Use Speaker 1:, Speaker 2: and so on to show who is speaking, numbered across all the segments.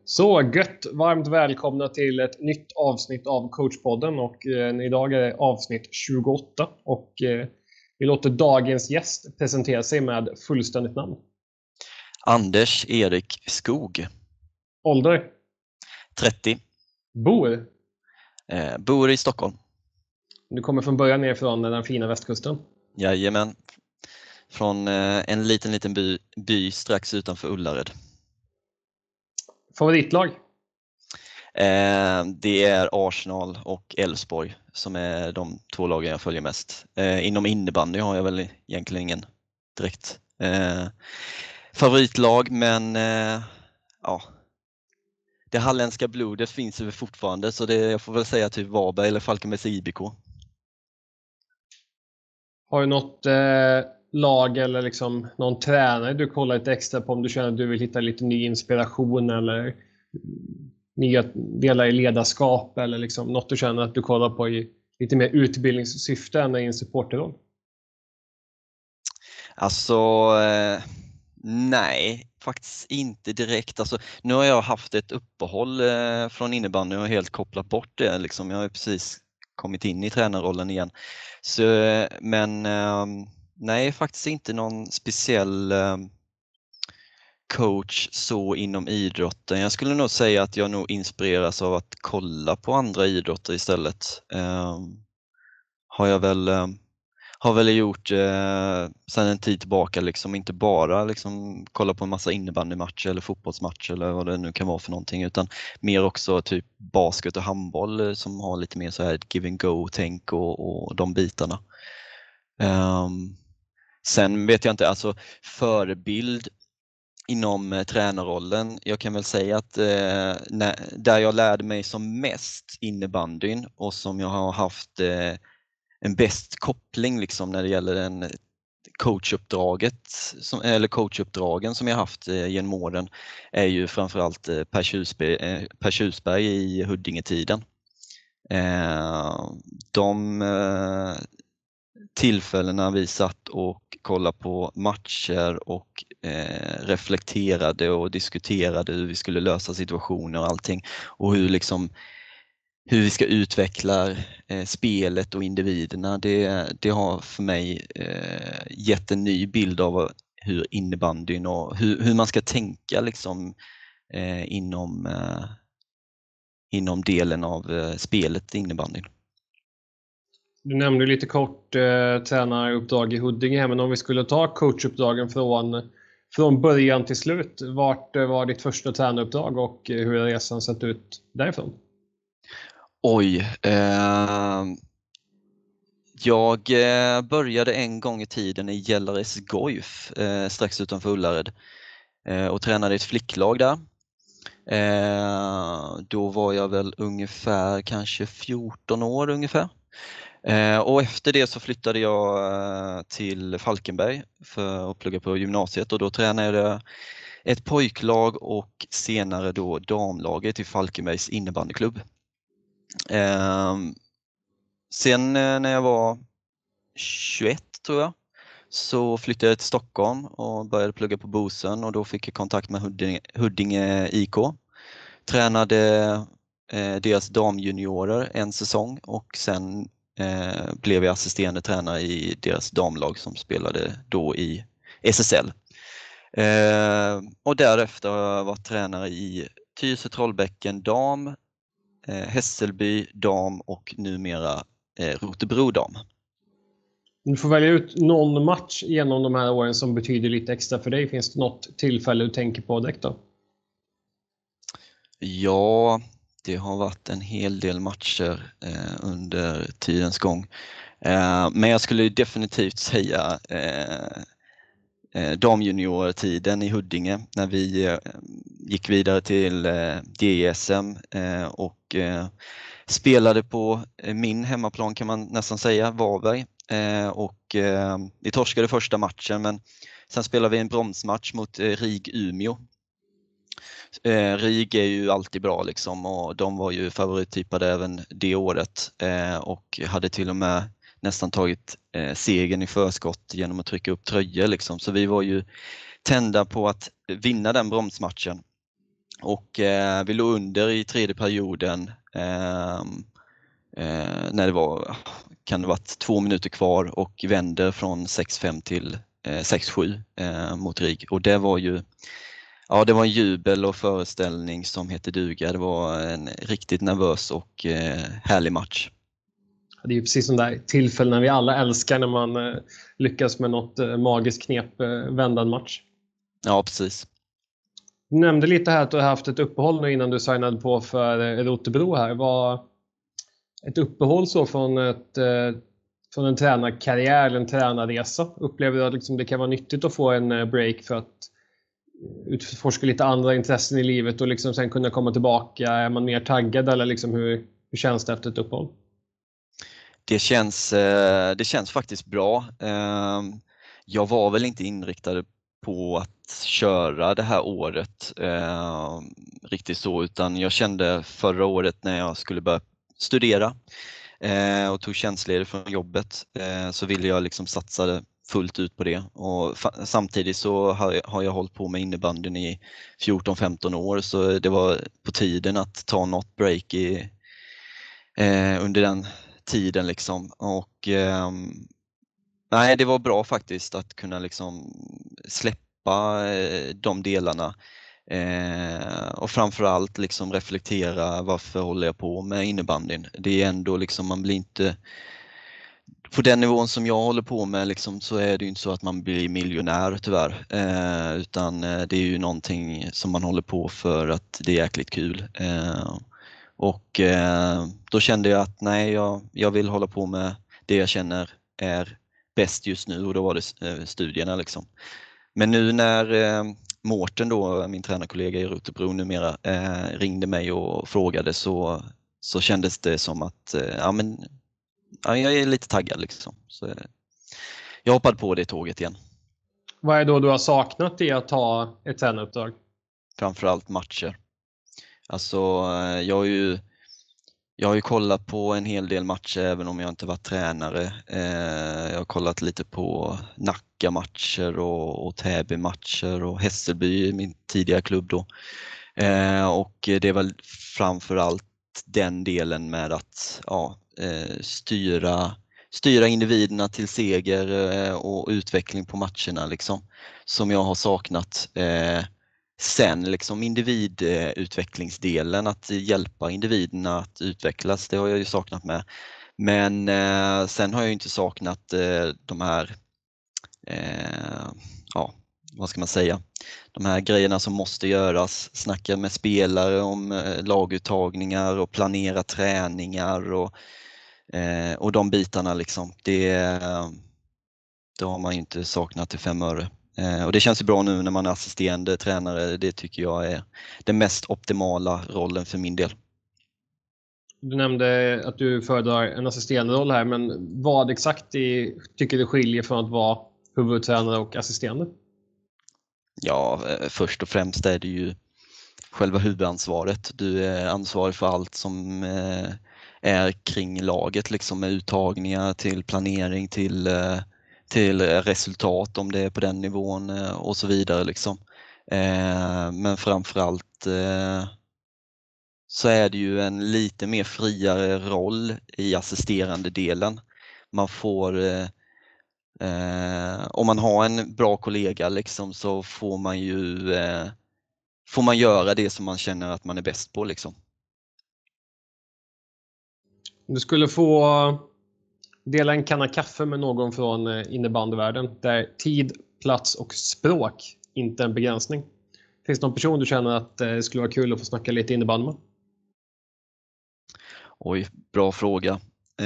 Speaker 1: Så gött, varmt välkomna till ett nytt avsnitt av Coachpodden och idag är det avsnitt 28 och vi låter dagens gäst presentera sig med fullständigt namn.
Speaker 2: Anders Erik Skog.
Speaker 1: Ålder?
Speaker 2: 30.
Speaker 1: Bor?
Speaker 2: Bor i Stockholm.
Speaker 1: Du kommer från början ner från den fina västkusten?
Speaker 2: Jajamän. Från en liten by strax utanför Ullared.
Speaker 1: Favoritlag?
Speaker 2: Det är Arsenal och Elfsborg som är de två lagen jag följer mest. Inom innebandy har jag väl egentligen ingen direkt favoritlag, men ja, det halländska blodet finns ju fortfarande, så jag får väl säga typ Varberg eller Falkenbergs IBK.
Speaker 1: Har du något lag eller liksom någon tränare du kollar lite extra på om du känner att du vill hitta lite ny inspiration eller nya delar i ledarskap eller liksom något du känner att du kollar på i lite mer utbildningssyfte än i en supporterroll?
Speaker 2: Alltså, nej, faktiskt inte direkt. Alltså, nu har jag haft ett uppehåll från innebandy och helt kopplat bort det. Liksom. Jag har precis kommit in i tränarrollen igen. Så, men nej, faktiskt inte någon speciell coach så inom idrotten. Jag skulle nog säga att jag nog inspireras av att kolla på andra idrotter istället. Har väl gjort sedan en tid tillbaka, liksom inte bara liksom kolla på en massa innebandymatcher eller fotbollsmatcher eller vad det nu kan vara för någonting, utan mer också typ basket och handboll som har lite mer så här give and go tänk och de bitarna. Sen vet jag inte, alltså förebild inom tränarrollen, jag kan väl säga att där jag lärde mig som mest innebandyn och som jag har haft en bäst koppling liksom när det gäller en coachuppdragen som jag haft genom åren är ju framförallt Per Tjusberg i Huddinge-tiden. De tillfällena vi satt och kollade på matcher och reflekterade och diskuterade hur vi skulle lösa situationer och allting och hur vi ska utveckla spelet och individerna, det har för mig gett en ny bild av hur innebandyn och hur man ska tänka liksom, inom delen av spelet innebandyn.
Speaker 1: Du nämnde lite kort tränaruppdrag i Huddinge, men om vi skulle ta coachuppdragen från början till slut, vart var ditt första tränaruppdrag och hur har resan sett ut därifrån?
Speaker 2: Oj, jag började en gång i tiden i Gällares Goif strax utanför Ullared och tränade ett flicklag där. Då var jag väl ungefär kanske 14 år ungefär. Och efter det så flyttade jag till Falkenberg för att plugga på gymnasiet och då tränade jag ett pojklag och senare då damlaget i Falkenbergs innebandyklubb. Sen när jag var 21 tror jag så flyttade jag till Stockholm och började plugga på Bosön och då fick jag kontakt med Huddinge IK. Tränade deras damjuniorer en säsong och sen blev jag assisterande tränare i deras damlag som spelade då i SSL. Och därefter har jag varit tränare i Tyresö Trollbäcken dam, Hässelby dam och numera Rotebro dam.
Speaker 1: Du får välja ut någon match genom de här åren som betyder lite extra för dig. Finns det något tillfälle du tänker på direkt då?
Speaker 2: Ja, det har varit en hel del matcher under tidens gång. Men jag skulle definitivt säga damjuniortiden i Huddinge när vi gick vidare till DSM och spelade på min hemmaplan kan man nästan säga, Varberg. Och vi torskade första matchen men sen spelade vi en bronsmatch mot RIG Umeå. RIG är ju alltid bra liksom och de var ju favorittypade även det året och hade till och med nästan tagit segern i förskott genom att trycka upp tröjor liksom. Så vi var ju tända på att vinna den bromsmatchen. Och vi låg under i tredje perioden när det var, kan det varit 2 minuter kvar och vänder från 6-5 till 6-7 mot RIG. Och det var ju, ja, det var en jubel och föreställning som heter duga. Det var en riktigt nervös och härlig match.
Speaker 1: Det är ju precis som där tillfällen vi alla älskar när man lyckas med något magiskt knep vända en match.
Speaker 2: Ja, precis.
Speaker 1: Du nämnde lite här att du har haft ett uppehåll nu innan du signade på för Rotebro här. Var ett uppehåll så från en tränarkarriär eller en tränarresa? Upplever du att liksom det kan vara nyttigt att få en break för att utforska lite andra intressen i livet och liksom sen kunna komma tillbaka? Är man mer taggad eller liksom hur känns det efter ett uppehåll?
Speaker 2: Det känns faktiskt bra. Jag var väl inte inriktad på att köra det här året riktigt så, utan jag kände förra året när jag skulle börja studera och tog tjänstledigt från jobbet, så ville jag liksom satsa fullt ut på det. Och samtidigt så har jag hållit på med innebandyn i 14-15 år, så det var på tiden att ta något break under den tiden liksom. Och nej, det var bra faktiskt att kunna liksom släppa de delarna och framförallt liksom reflektera, varför håller jag på med innebandyn? Det är ändå liksom, man blir inte på den nivån som jag håller på med liksom, så är det ju inte så att man blir miljonär tyvärr, utan det är ju någonting som man håller på för att det är jäkligt kul. Och då kände jag att nej, jag vill hålla på med det jag känner är bäst just nu, och då var det studierna liksom. Men nu när Mårten då, min tränarkollega i Rotebro numera, ringde mig och frågade, så kändes det som att jag är lite taggad liksom. Så jag hoppade på det tåget igen.
Speaker 1: Vad är då du har saknat i att ta ett tränaruppdrag?
Speaker 2: Framförallt matcher. Alltså jag har ju kollat på en hel del matcher även om jag inte varit tränare. Jag har kollat lite på Nacka-matcher och Täby-matcher och Hässelby, min tidigare klubb då. Och det är väl framförallt den delen med att styra individerna till seger och utveckling på matcherna liksom, som jag har saknat. Sen liksom individutvecklingsdelen, att hjälpa individerna att utvecklas, det har jag ju saknat med. Men sen har jag inte saknat de här, vad ska man säga, de här grejerna som måste göras, snacka med spelare om laguttagningar och planera träningar och de bitarna liksom. Det har man ju inte saknat till 5 öre. Och det känns ju bra nu när man är assisterande tränare. Det tycker jag är den mest optimala rollen för min del.
Speaker 1: Du nämnde att du föredrar en assisterande roll här, men vad exakt tycker du skiljer från att vara huvudtränare och assisterande?
Speaker 2: Ja, först och främst är det ju själva huvudansvaret. Du är ansvarig för allt som är kring laget, liksom med uttagningar till planering till resultat om det är på den nivån och så vidare liksom. Men framförallt så är det ju en lite mer friare roll i assisterande delen. Man får om man har en bra kollega liksom, så får man göra det som man känner att man är bäst på liksom.
Speaker 1: Du skulle få dela en kanna kaffe med någon från innebandyvärlden där tid, plats och språk inte är en begränsning. Finns det någon person du känner att det skulle vara kul att få snacka lite innebandy med?
Speaker 2: Oj, bra fråga.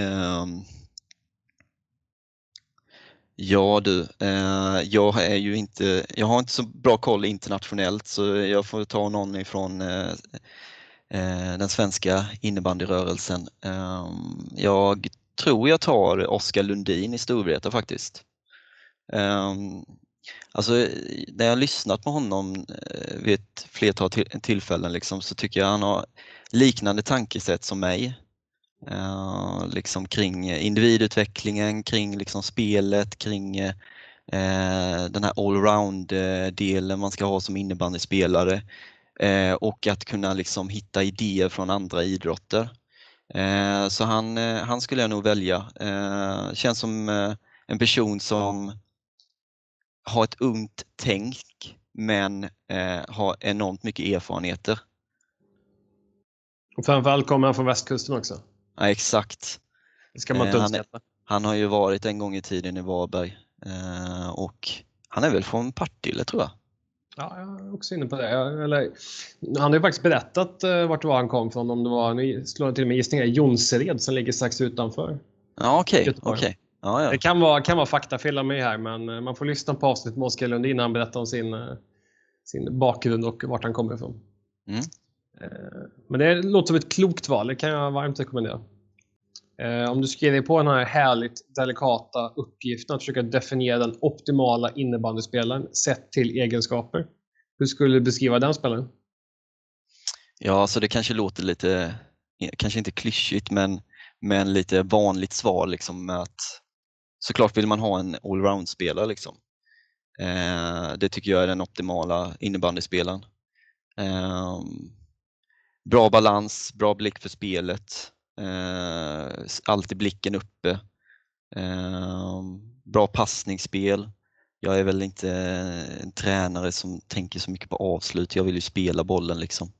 Speaker 2: Ja du, jag har inte så bra koll internationellt, så jag får ta någon ifrån den svenska innebandyrörelsen. Jag tror jag tar Oskar Lundin i Storvreta faktiskt. Alltså, när jag har lyssnat på honom vid ett flertal tillfällen liksom, så tycker jag han har liknande tankesätt som mig. Liksom kring individutvecklingen, kring liksom spelet, kring den här allround delen man ska ha som innebandyspelare. och att kunna liksom hitta idéer från andra idrotter. Så han skulle jag nog välja. Känns som en person som har ett ungt tänk men har enormt mycket erfarenheter.
Speaker 1: Och framförallt kommer han från västkusten också.
Speaker 2: Ja, exakt.
Speaker 1: Det ska man inte underskatta.
Speaker 2: Han har ju varit en gång i tiden i Varberg och han är väl från Partille, tror jag.
Speaker 1: Ja, jag är också inne på det. Han har ju faktiskt berättat vart det var han kom från. Om det var, nu slår jag till med gissningar, Jonsered som ligger strax utanför.
Speaker 2: Ja, okej. Ja, ja.
Speaker 1: Det kan vara faktafel av mig här, men man får lyssna på avsnitt med Oskar Lundin innan han berättar om sin bakgrund och vart han kommer ifrån.
Speaker 2: Mm.
Speaker 1: Men det låter som ett klokt val, det kan jag varmt rekommendera. Om du skriver på den här härligt delikata uppgiften att försöka definiera den optimala innebandyspelaren sett till egenskaper. Hur skulle du beskriva den spelaren?
Speaker 2: Ja, så det kanske låter lite, kanske inte klyschigt, men lite vanligt svar liksom, med att såklart vill man ha en allround-spelare liksom. Det tycker jag är den optimala innebandyspelaren. Bra balans, bra blick för spelet, alltid blicken uppe, bra passningsspel. Jag är väl inte en tränare som tänker så mycket på avslut, jag vill ju spela bollen liksom.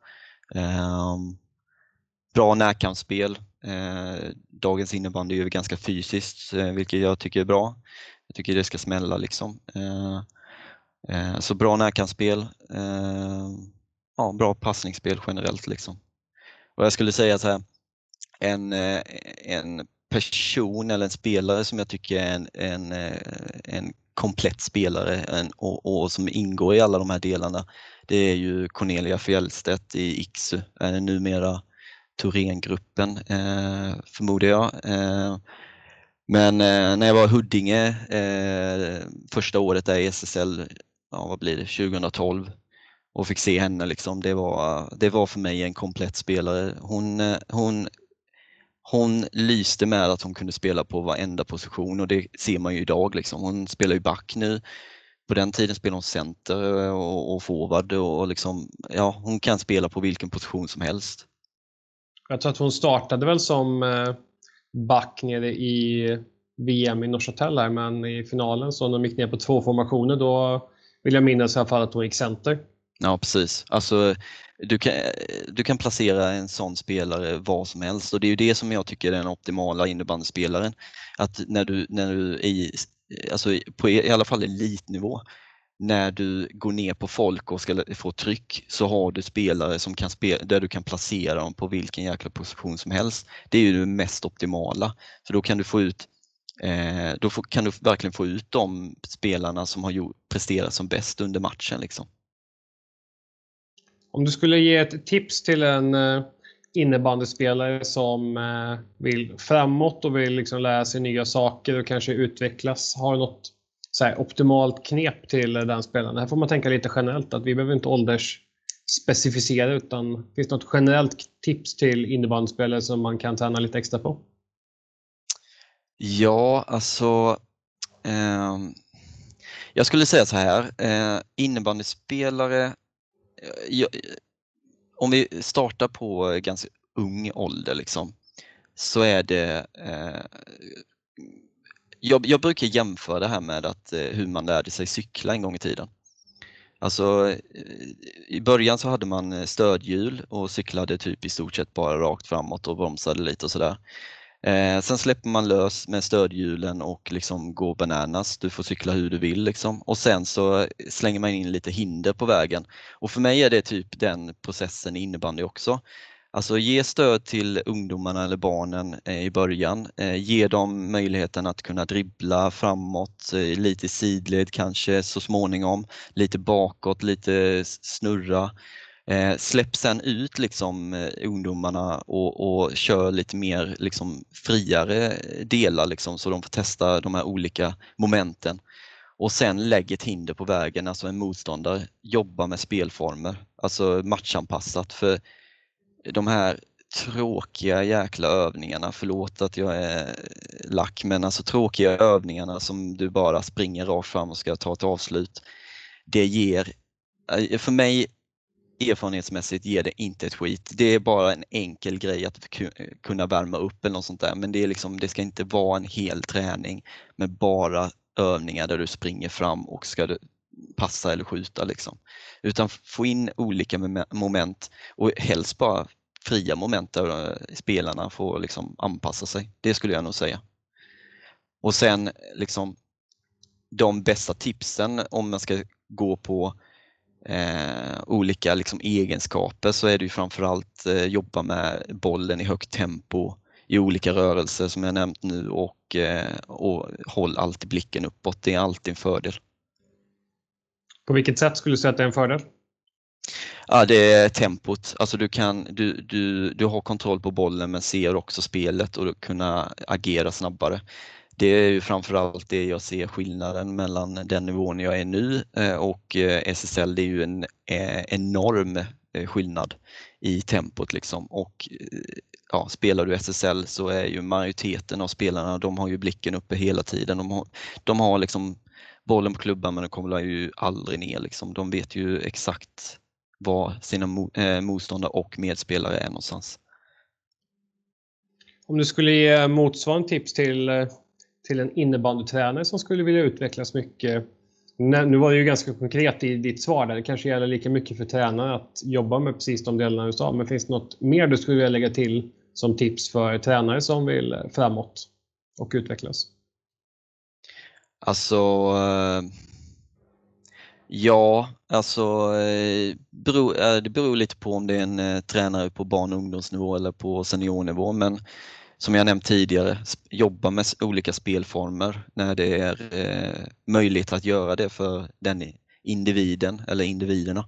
Speaker 2: Bra närkampsspel. Dagens innebandy är ju ganska fysiskt, vilket jag tycker är bra. Jag tycker det ska smälla liksom. Så bra närkampsspel. Ja, bra passningsspel generellt liksom. Och jag skulle säga så här, en person eller en spelare som jag tycker är en komplett spelare och som ingår i alla de här delarna, det är ju Cornelia Fjellstedt i Iksu, numera Thorengruppen, förmodar jag. Men när jag var i Huddinge första året där i SSL, ja, vad blir det, 2012, och fick se henne liksom, det var för mig en komplett spelare. Hon lyste med att hon kunde spela på varenda position, och det ser man ju idag liksom. Hon spelar ju back nu. På den tiden spelade hon center och forward och liksom, ja, hon kan spela på vilken position som helst.
Speaker 1: Jag tror att hon startade väl som back nere i VM i Norrköping här, men i finalen så när de gick ner på 2 formationer, då vill jag minnas i alla fall att hon gick center.
Speaker 2: Ja, precis. Alltså, du kan placera en sån spelare var som helst, och det är ju det som jag tycker är den optimala innebandyspelaren. Att när du är alltså på i alla fall elitnivå, när du går ner på folk och ska få tryck, så har du spelare som kan där du kan placera dem på vilken jäkla position som helst. Det är ju det mest optimala, för då kan du få ut kan du verkligen få ut de spelarna som har presterat som bäst under matchen liksom.
Speaker 1: Om du skulle ge ett tips till en innebandyspelare som vill framåt och vill liksom lära sig nya saker och kanske utvecklas, har du något så här optimalt knep till den spelaren? Här får man tänka lite generellt, att vi behöver inte åldersspecificera, utan finns det något generellt tips till innebandyspelare som man kan träna lite extra på?
Speaker 2: Ja, alltså jag skulle säga så här, innebandyspelare, om vi startar på ganska ung ålder liksom, så är det jag brukar jämföra det här med att hur man lärde sig cykla en gång i tiden. Alltså i början så hade man stödhjul och cyklade typ i stort sett bara rakt framåt och bromsade lite och sådär. Sen släpper man lös med stödhjulen och liksom går bananas. Du får cykla hur du vill liksom. Och sen så slänger man in lite hinder på vägen. Och för mig är det typ den processen i innebandy också. Alltså ge stöd till ungdomarna eller barnen i början. Ge dem möjligheten att kunna dribbla framåt, lite i sidled kanske så småningom. Lite bakåt, lite snurra. Släpp sen ut liksom ungdomarna och kör lite mer liksom friare delar liksom, så de får testa de här olika momenten. Och sen lägg ett hinder på vägen, alltså en motståndare. Jobba med spelformer, alltså matchanpassat, för de här tråkiga jäkla övningarna, förlåt att jag är lack, men alltså tråkiga övningarna som du bara springer rakt fram och ska ta ett avslut. Det ger, för mig, erfarenhetsmässigt ger det inte ett skit. Det är bara en enkel grej att kunna värma upp eller något sånt där. Men det är liksom, det ska inte vara en hel träning med bara övningar där du springer fram och ska passa eller skjuta liksom. Utan få in olika moment och helst bara fria moment där spelarna får liksom anpassa sig. Det skulle jag nog säga. Och sen liksom de bästa tipsen om man ska gå på olika liksom egenskaper, så är det ju framförallt jobba med bollen i högt tempo i olika rörelser som jag nämnt nu, och håll alltid blicken uppåt. Det är alltid en fördel.
Speaker 1: På vilket sätt skulle du säga att det är en fördel?
Speaker 2: Ja, det är tempot. Alltså du har kontroll på bollen men ser också spelet och kunna agera snabbare. Det är ju framförallt det jag ser skillnaden mellan den nivån jag är nu och SSL. Det är ju en enorm skillnad i tempot liksom. Och ja, spelar du SSL så är ju majoriteten av spelarna, de har ju blicken uppe hela tiden. De har liksom bollen på klubban, men de kommer ju aldrig ner liksom. De vet ju exakt var sina motståndare och medspelare är någonstans.
Speaker 1: Om du skulle ge motsvarande tips till en innebandytränare som skulle vilja utvecklas mycket. Nu var det ju ganska konkret i ditt svar där. Det kanske gäller lika mycket för tränare att jobba med precis de delarna du sa. Men finns det något mer du skulle vilja lägga till som tips för tränare som vill framåt och utvecklas?
Speaker 2: Alltså ja, alltså det beror lite på om det är en tränare på barn- och ungdomsnivå eller på seniornivå, men som jag nämnt tidigare, jobba med olika spelformer när det är möjligt att göra det för den individen eller individerna.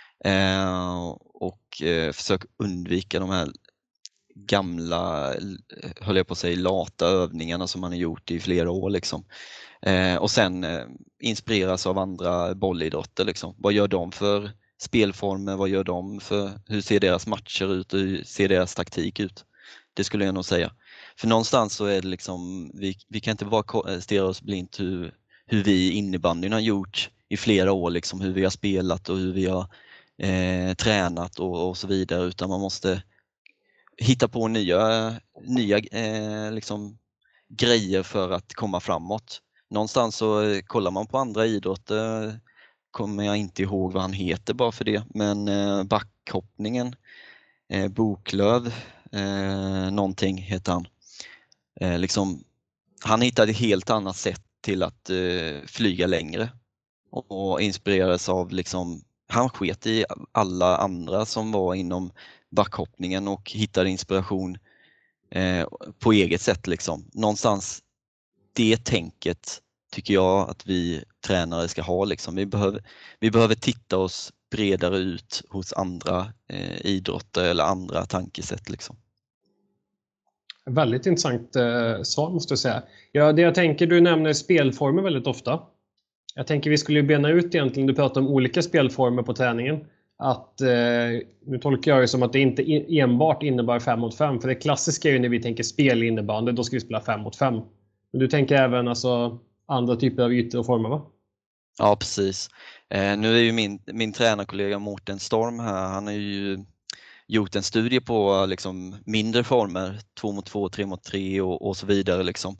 Speaker 2: Och försök undvika de här gamla, höll jag på att säga, lata övningarna som man har gjort i flera år liksom. Och sen inspireras av andra bollidrotter liksom. Vad gör de för spelformer? Vad gör de för, hur ser deras matcher ut och hur ser deras taktik ut? Det skulle jag nog säga. För någonstans så är det liksom, vi kan inte bara stirra oss blint hur vi i innebandyn har gjort i flera år, liksom, hur vi har spelat och hur vi har tränat och så vidare, utan man måste hitta på nya liksom, grejer för att komma framåt. Någonstans så kollar man på andra idrotter, kommer jag inte ihåg vad han heter bara för det, men backhoppningen, Boklöv, någonting heter han. Liksom, han hittade ett helt annat sätt till att flyga längre och inspirerades av liksom, han sket i alla andra som var inom backhoppningen och hittade inspiration på eget sätt liksom. Någonstans det tänket tycker jag att vi tränare ska ha liksom. Vi behöver titta oss bredare ut hos andra idrotter eller andra tankesätt liksom.
Speaker 1: Väldigt intressant svar måste jag säga. Ja, det jag tänker, du nämner spelformer väldigt ofta. Jag tänker vi skulle bena ut egentligen, du pratar om olika spelformer på träningen. Att, nu tolkar jag det som att det inte enbart innebär 5 mot 5. För det klassiska är ju när vi tänker spel innebandy, då ska vi spela 5 mot 5. Men du tänker även alltså andra typer av ytor och former, va?
Speaker 2: Ja, precis. Nu är ju min tränarkollega Mårten Storm här, han har ju gjort en studie på liksom mindre former, 2 mot 2, 3 mot 3 och så vidare liksom.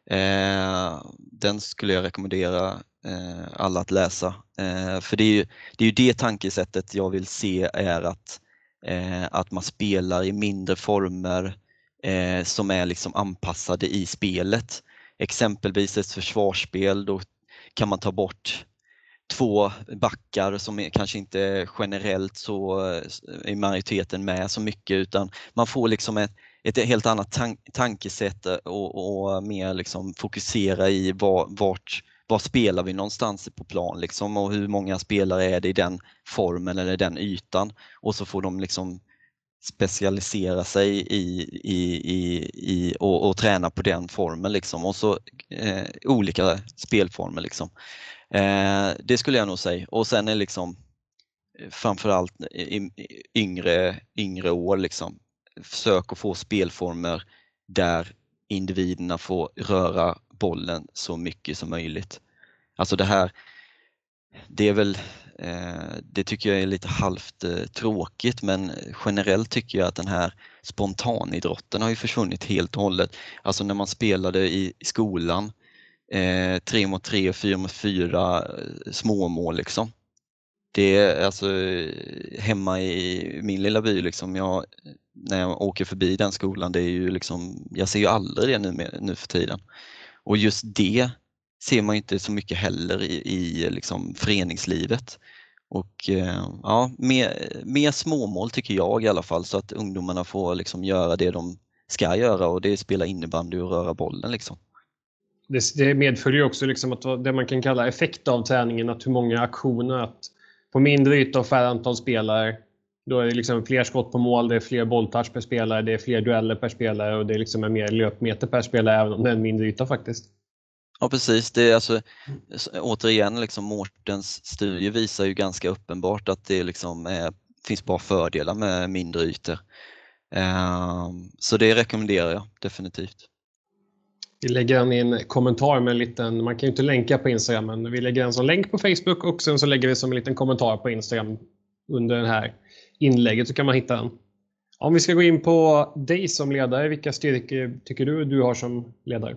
Speaker 2: Den skulle jag rekommendera alla att läsa. För det är ju det tankesättet jag vill se, är att man spelar i mindre former som är liksom anpassade i spelet. Exempelvis ett försvarsspel, då kan man ta bort 2 backar som är kanske inte generellt så i majoriteten med så mycket, utan man får liksom ett helt annat tankesätt och mer liksom fokusera i var spelar vi någonstans på plan liksom, och hur många spelare är det i den formen eller den ytan, och så får de liksom specialisera sig och träna på den formen liksom, och så olika spelformer liksom. Det skulle jag nog säga. Och sen är liksom framförallt i yngre år liksom, försök att få spelformer där individerna får röra bollen så mycket som möjligt. Alltså det är väl Det tycker jag är lite halvt tråkigt, men generellt tycker jag att den här spontanidrotten har ju försvunnit helt och hållet. Alltså när man spelade i skolan, 3 mot 3, 4 mot 4, småmål liksom. Det är alltså hemma i min lilla by liksom, när jag åker förbi den skolan, det är ju liksom, jag ser ju aldrig det nu för tiden. Och just det ser man inte så mycket heller i liksom föreningslivet. Och ja, mer småmål tycker jag i alla fall, så att ungdomarna får liksom göra det de ska göra, och det är spela innebandy och röra bollen liksom.
Speaker 1: Det medföljer ju också liksom att det man kan kalla effekt av träningen, att hur många aktioner, att på mindre yta och färre antal spelare, då är det liksom fler skott på mål, det är fler bolltouch per spelare, det är fler dueller per spelare och det är liksom mer löpmeter per spelare, även om det är en mindre yta faktiskt.
Speaker 2: Ja precis, det är alltså återigen liksom Mårtens studie visar ju ganska uppenbart att det liksom finns bara fördelar med mindre ytor. Så det rekommenderar jag definitivt.
Speaker 1: Vi lägger den i en kommentar med en liten, man kan ju inte länka på Instagram, men vi lägger den som länk på Facebook och sen så lägger vi som en liten kommentar på Instagram under det här inlägget, så kan man hitta den. Om vi ska gå in på dig som ledare, vilka styrkor tycker du har som ledare?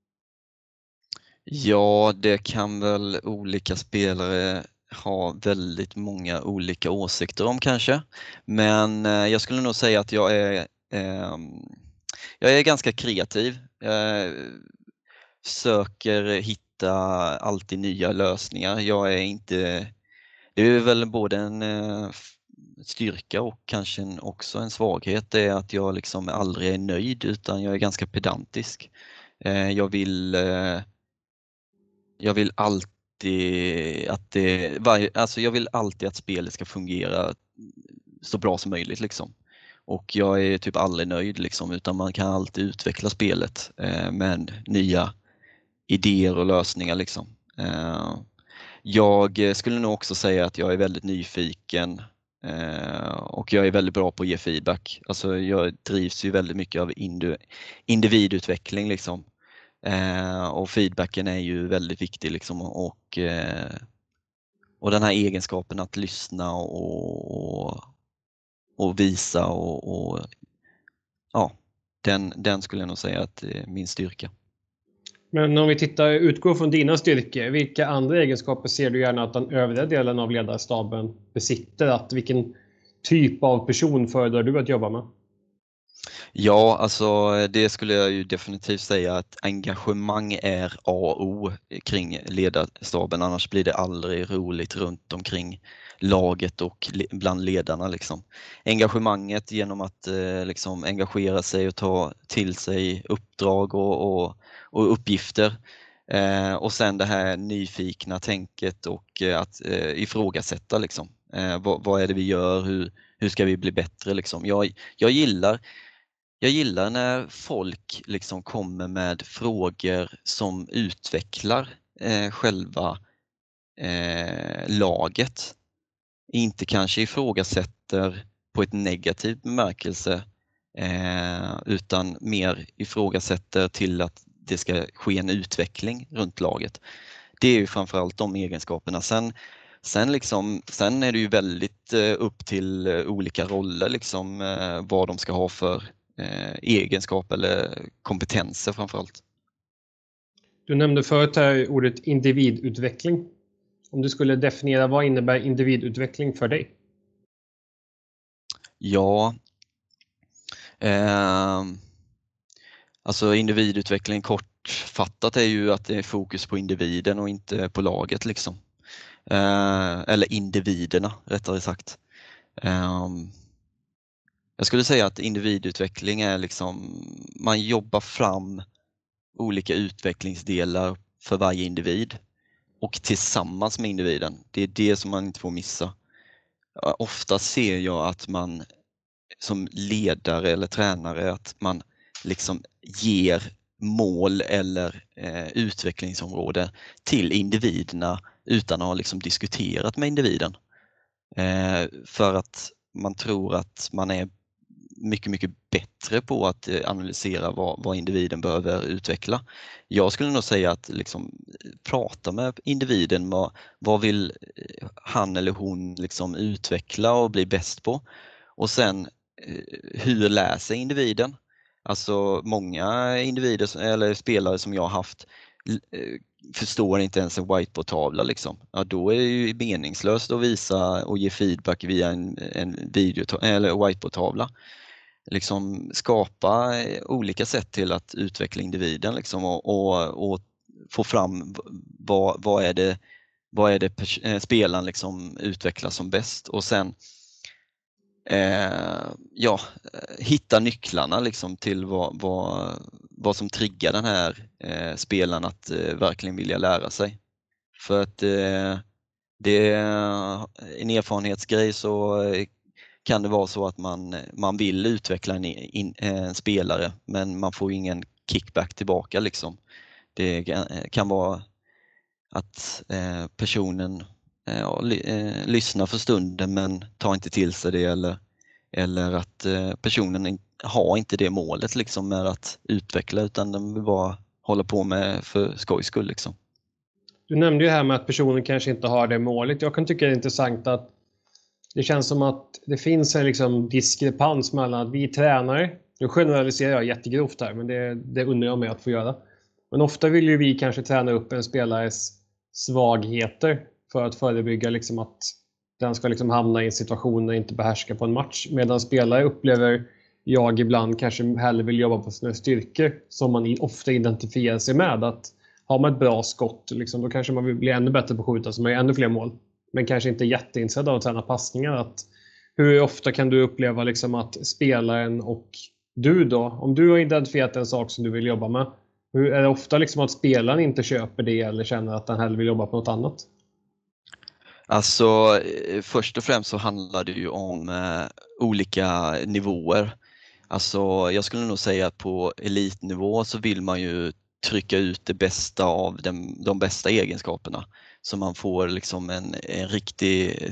Speaker 2: Ja, det kan väl olika spelare ha väldigt många olika åsikter om kanske. Men jag skulle nog säga att jag är ganska kreativ. Söker hitta alltid nya lösningar. Det är väl både en styrka och kanske också en svaghet, det är att jag liksom aldrig är nöjd, utan jag är ganska pedantisk. Jag vill alltid att spelet ska fungera så bra som möjligt liksom. Och jag är typ aldrig nöjd liksom, utan man kan alltid utveckla spelet med nya idéer och lösningar liksom. Jag skulle nog också säga att jag är väldigt nyfiken och jag är väldigt bra på att ge feedback. Alltså jag drivs ju väldigt mycket av individutveckling liksom. Och feedbacken är ju väldigt viktig liksom, och den här egenskapen att lyssna och visa och ja, den skulle jag nog säga att är min styrka.
Speaker 1: Men om vi utgår från dina styrkor, vilka andra egenskaper ser du gärna att den övriga delen av ledarstaben besitter? Vilken typ av person föredrar du att jobba med?
Speaker 2: Ja, alltså det skulle jag ju definitivt säga, att engagemang är A och O kring ledarstaben, annars blir det aldrig roligt runt omkring laget och bland ledarna liksom. Engagemanget genom att liksom engagera sig och ta till sig uppdrag och uppgifter. Och sen det här nyfikna tänket och att ifrågasätta liksom. Vad är det vi gör? Hur ska vi bli bättre liksom? Jag gillar när folk liksom kommer med frågor som utvecklar själva laget. Inte kanske ifrågasätter på ett negativt bemärkelse, utan mer ifrågasätter till att det ska ske en utveckling runt laget. Det är ju framförallt de egenskaperna. Sen är det ju väldigt upp till olika roller liksom, vad de ska ha för egenskap eller kompetenser framförallt.
Speaker 1: Du nämnde förut här ordet individutveckling. Om du skulle definiera, vad innebär individutveckling för dig?
Speaker 2: Ja, alltså individutveckling kortfattat är ju att det är fokus på individen och inte på laget liksom. Eller individerna rättare sagt. Jag skulle säga att individutveckling är liksom, man jobbar fram olika utvecklingsdelar för varje individ och tillsammans med individen. Det är det som man inte får missa. Ofta ser jag att man som ledare eller tränare, att man liksom ger mål eller utvecklingsområde till individerna utan att ha liksom diskuterat med individen. För att man tror att man är mycket bättre på att analysera vad individen behöver utveckla. Jag skulle nog säga att liksom, prata med individen, vad vill han eller hon liksom utveckla och bli bäst på? Och sen hur läser individen? Alltså många individer eller spelare som jag har haft förstår inte ens en whiteboardtavla liksom. Ja, då är det ju meningslöst att visa och ge feedback via en video eller whiteboardtavla. Liksom skapa olika sätt till att utveckla individen liksom, och få fram vad är det spelaren liksom utvecklar som bäst, och sen hitta nycklarna liksom till vad som triggar den här spelaren att verkligen vilja lära sig. För att det är en erfarenhetsgrej, så kan det vara så att man vill utveckla en spelare, men man får ingen kickback tillbaka liksom. Det kan vara att personen lyssnar för stunden men tar inte till sig det, eller att personen har inte det målet liksom med att utveckla, utan den vill bara hålla på med för skojs skull liksom.
Speaker 1: Du nämnde ju här med att personen kanske inte har det målet. Jag kan tycka det är intressant att det känns som att det finns en liksom diskrepans mellan att vi tränare, nu generaliserar jag jättegrovt här, men det undrar jag mig att få göra. Men ofta vill ju vi kanske träna upp en spelares svagheter för att förebygga liksom att den ska liksom hamna i en situation där den inte behärskar på en match. Medan spelare upplever jag ibland kanske hellre vill jobba på sina styrkor som man ofta identifierar sig med. Att har man ett bra skott liksom, då kanske man vill bli ännu bättre på att skjuta så man gör ännu fler mål. Men kanske inte jätteintresserad av att träna passningar. Hur ofta kan du uppleva liksom att spelaren och du då, om du har identifierat en sak som du vill jobba med, hur är det ofta liksom att spelaren inte köper det eller känner att den hellre vill jobba på något annat?
Speaker 2: Alltså först och främst så handlar det ju om olika nivåer. Alltså jag skulle nog säga att på elitnivå så vill man ju trycka ut det bästa av de bästa egenskaperna. Så man får liksom en riktig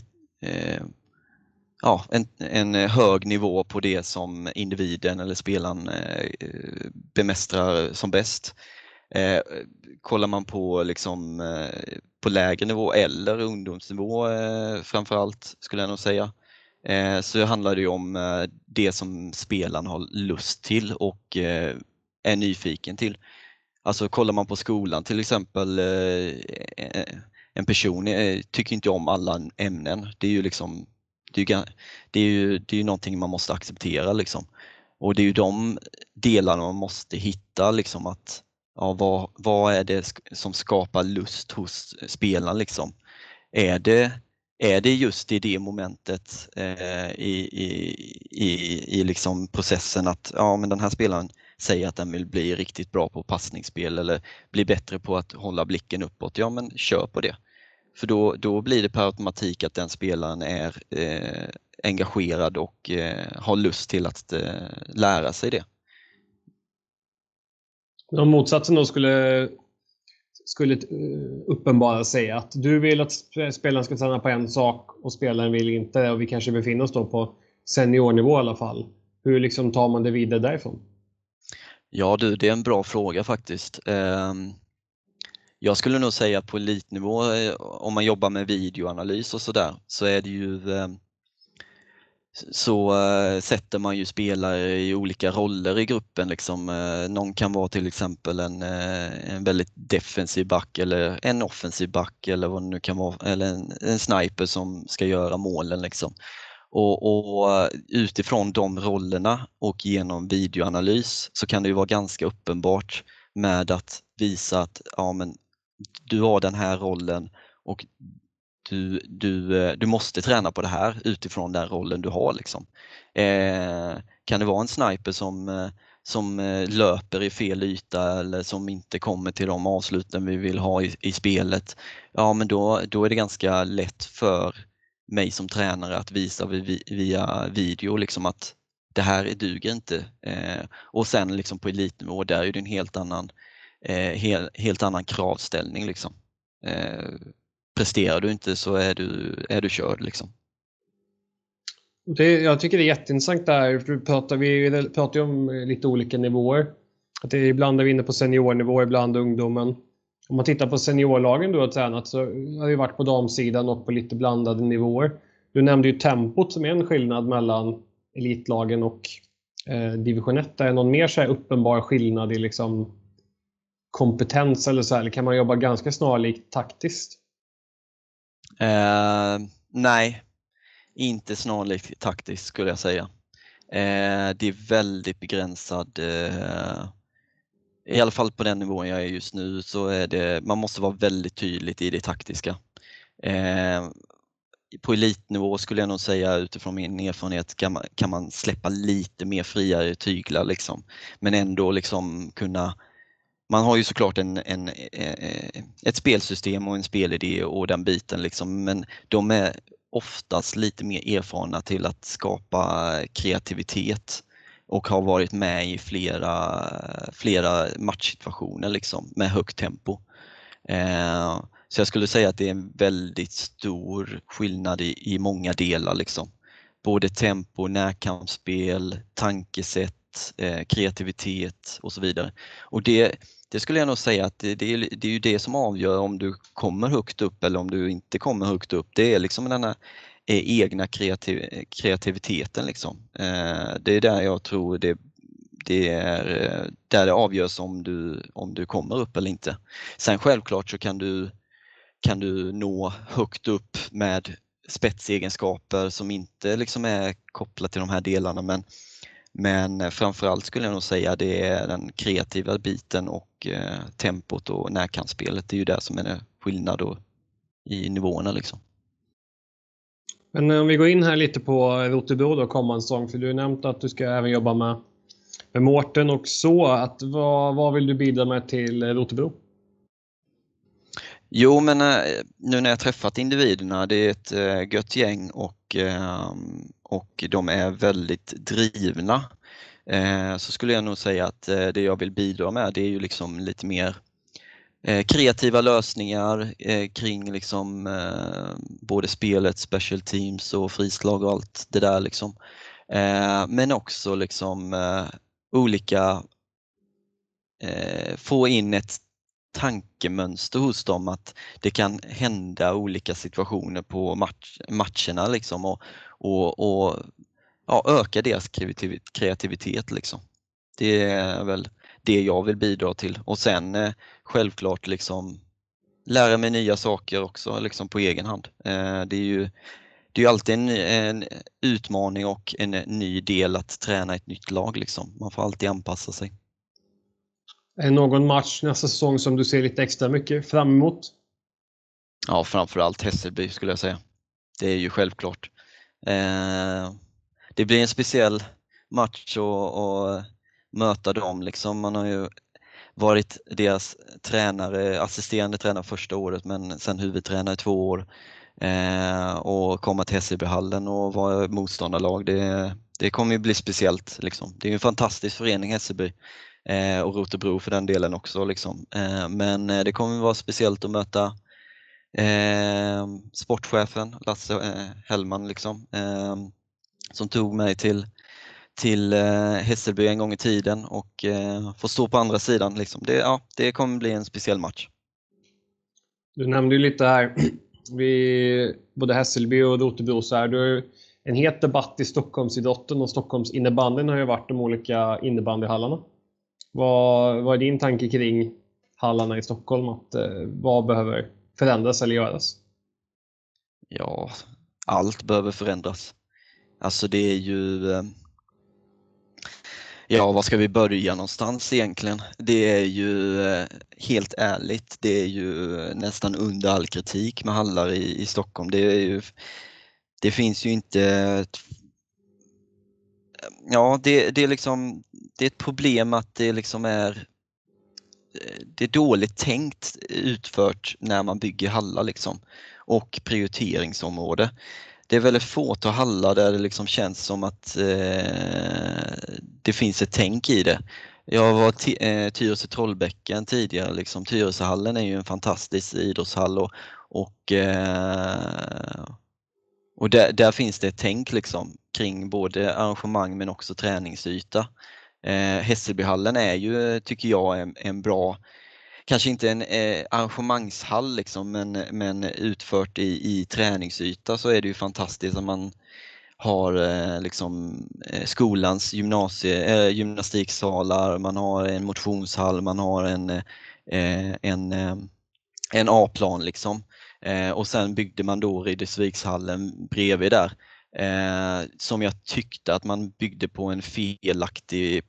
Speaker 2: en hög nivå på det som individen eller spelaren bemästrar som bäst. Kollar man på liksom på lägre nivå eller ungdomsnivå framförallt, skulle jag nog säga, så handlar det ju om det som spelaren har lust till och är nyfiken till. Alltså kollar man på skolan till exempel, en person tycker inte om alla ämnen. Det är ju liksom det är ju någonting man måste acceptera liksom. Och det är ju de delarna man måste hitta liksom, att vad är det som skapar lust hos spelaren liksom. Är det just i det momentet i liksom processen att men den här spelaren säger att den vill bli riktigt bra på passningsspel eller bli bättre på att hålla blicken uppåt, ja men kör på det. För då blir det per automatik att den spelaren är engagerad och har lust till att lära sig det.
Speaker 1: Om motsatsen då skulle uppenbara sig att du vill att spelaren ska träna på en sak och spelaren vill inte, och vi kanske befinner oss då på seniornivå i alla fall. Hur liksom tar man det vidare därifrån?
Speaker 2: Ja du, det är en bra fråga faktiskt. Jag skulle nog säga att på elitnivå, om man jobbar med videoanalys och sådär, så är det ju så sätter man ju spelare i olika roller i gruppen liksom. Någon kan vara till exempel en väldigt defensiv back eller en offensiv back eller vad det nu kan vara, eller en sniper som ska göra målen liksom. Och utifrån de rollerna och genom videoanalys så kan det ju vara ganska uppenbart med att visa att men du har den här rollen och du måste träna på det här utifrån den rollen du har liksom. Kan det vara en sniper som löper i fel yta eller som inte kommer till de avsluten vi vill ha i spelet, men då är det ganska lätt för mig som tränare att visa via video liksom att det här duger inte. Och sen liksom på elitnivå, där är det en helt annan kravställning liksom. Presterar du inte så är du körd liksom.
Speaker 1: Jag tycker det är jätteintressant där. Vi pratar ju om lite olika nivåer. Att det ibland är vi inne på seniornivå, ibland ungdomen. Om man tittar på seniorlagen du har tränat så har det varit på damsidan och på lite blandade nivåer. Du nämnde ju tempot som är en skillnad mellan elitlagen och division 1. Är det någon mer så här uppenbar skillnad i liksom kompetens eller så här? Eller kan man jobba ganska snarlikt taktiskt?
Speaker 2: Nej, inte snarlikt taktiskt skulle jag säga. Det är väldigt begränsad, i alla fall på den nivån jag är just nu, så är det, man måste vara väldigt tydligt i det taktiska. På elitnivå skulle jag nog säga utifrån min erfarenhet kan man släppa lite mer friare tyglar liksom, men ändå liksom kunna. Man har ju såklart ett spelsystem och en spelidé och den biten liksom, men de är oftast lite mer erfarna till att skapa kreativitet och har varit med i flera matchsituationer liksom, med högt tempo. Så jag skulle säga att det är en väldigt stor skillnad i många delar liksom. Både tempo, närkampsspel, tankesätt, kreativitet och så vidare. Och det skulle jag nog säga att det är ju det som avgör om du kommer högt upp eller om du inte kommer högt upp. Det är liksom den här egna kreativiteten liksom. Det är där jag tror det är där det avgörs om du kommer upp eller inte. Sen självklart så kan du nå högt upp med spetsegenskaper som inte liksom är kopplat till de här delarna, men framförallt skulle jag nog säga det är den kreativa biten och tempot och närkampsspelet. Det är ju där som är skillnad då, i nivåerna liksom.
Speaker 1: Men om vi går in här lite på Rotebro då, kommande säsong, för du har nämnt att du ska även jobba med Mårten och så, att vad vill du bidra med till Rotebro?
Speaker 2: Jo, men nu när jag träffat individerna, det är ett gött gäng och de är väldigt drivna. Så skulle jag nog säga att det jag vill bidra med, det är ju liksom lite mer kreativa lösningar kring liksom både spelet, special teams och frislag och allt det där liksom. Men också liksom olika få in ett tankemönster hos dem att det kan hända olika situationer på matcherna liksom och ja, öka deras kreativitet liksom. Det är väl det jag vill bidra till, och sen självklart liksom lära mig nya saker också liksom på egen hand. Det är ju alltid en utmaning och en ny del att träna ett nytt lag liksom. Man får alltid anpassa sig.
Speaker 1: Är det någon match nästa säsong som du ser lite extra mycket fram emot?
Speaker 2: Ja, framförallt Hässelby skulle jag säga. Det är ju självklart. Det blir en speciell match att möta dem liksom. Man har ju varit deras assisterande tränare första året, men sen huvudtränare 2 år. Och komma till Hässelbyhallen och vara motståndarlag, det kommer ju bli speciellt liksom. Det är ju en fantastisk förening Hässelby. Och Rotebro för den delen också liksom. Men det kommer vara speciellt att möta sportchefen Lasse Hellman liksom, som tog mig till Hässelby en gång i tiden och få stå på andra sidan liksom. Det kommer bli en speciell match.
Speaker 1: Du nämnde ju lite här både Hässelby och Rotebro så här. Du har en het debatt i Stockholmsidrotten och Stockholms innebandyn har ju varit de olika innebandyhallarna. Vad är din tanke kring hallarna i Stockholm? Vad behöver förändras eller göras?
Speaker 2: Ja, allt behöver förändras. Alltså det är ju... Ja, var ska vi börja någonstans egentligen? Det är ju helt ärligt, det är ju nästan under all kritik med hallar i Stockholm. Det finns ju inte... Ja, det är liksom... Det är ett problem att det liksom det är dåligt tänkt utfört när man bygger hallar liksom, och prioriteringsområde. Det är väldigt fåtal hallar där det liksom känns som att det finns ett tänk i det. Jag var Tyresö Trollbäcken tidigare liksom. Tyresöhallen är ju en fantastisk idrottshall och Och där finns det ett tänk liksom kring både arrangemang men också träningsyta. Hässelbyhallen är ju, tycker jag, en bra, kanske inte en arrangemangshall liksom, men utfört i träningsyta så är det ju fantastiskt att man har skolans gymnastiksalar, man har en motionshall, man har en A-plan liksom. Och sen byggde man då Riddersvikshallen bredvid där. Som jag tyckte att man byggde på en felaktig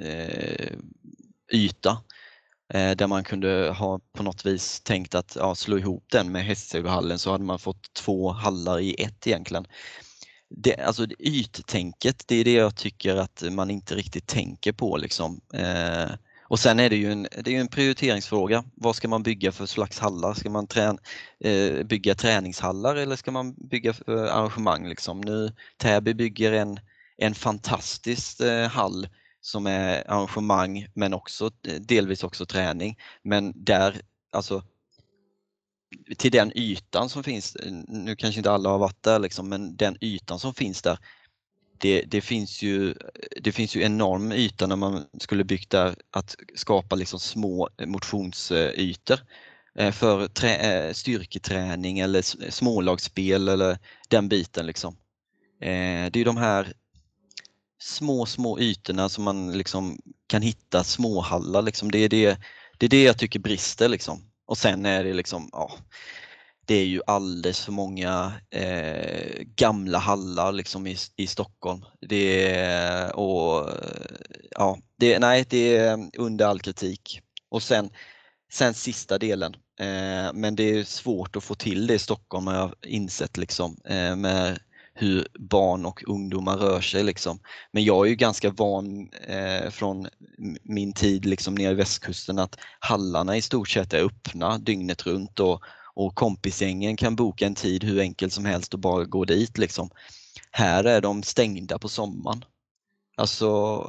Speaker 2: yta. Där man kunde ha på något vis tänkt att slå ihop den med Hässelbyhallen, så hade man fått 2 hallar i ett egentligen. Alltså yttänket, det är det jag tycker att man inte riktigt tänker på liksom. Och sen är det ju en prioriteringsfråga. Vad ska man bygga för slags hallar? Ska man bygga träningshallar eller ska man bygga arrangemang liksom? Nu Täby bygger en fantastisk hall som är arrangemang men också delvis också träning. Men där, alltså till den ytan som finns, nu kanske inte alla har varit där liksom, men den ytan som finns där, det finns ju enorm yta när man skulle byggt där, att skapa liksom små motionsytor för styrketräning eller smålagsspel eller den biten liksom. Det är de här små ytorna som man liksom kan hitta småhallar liksom. Det är det jag tycker brister liksom. Och sen är det liksom, det är ju alldeles för många gamla hallar liksom i Stockholm. Det är under all kritik. Och sen sista delen. Men det är svårt att få till det i Stockholm, har jag insett liksom, med hur barn och ungdomar rör sig liksom. Men jag är ju ganska van från min tid liksom nere i västkusten att hallarna i stort sett är öppna dygnet runt och kompisgängen kan boka en tid hur enkelt som helst och bara gå dit liksom. Här är de stängda på sommaren. Alltså,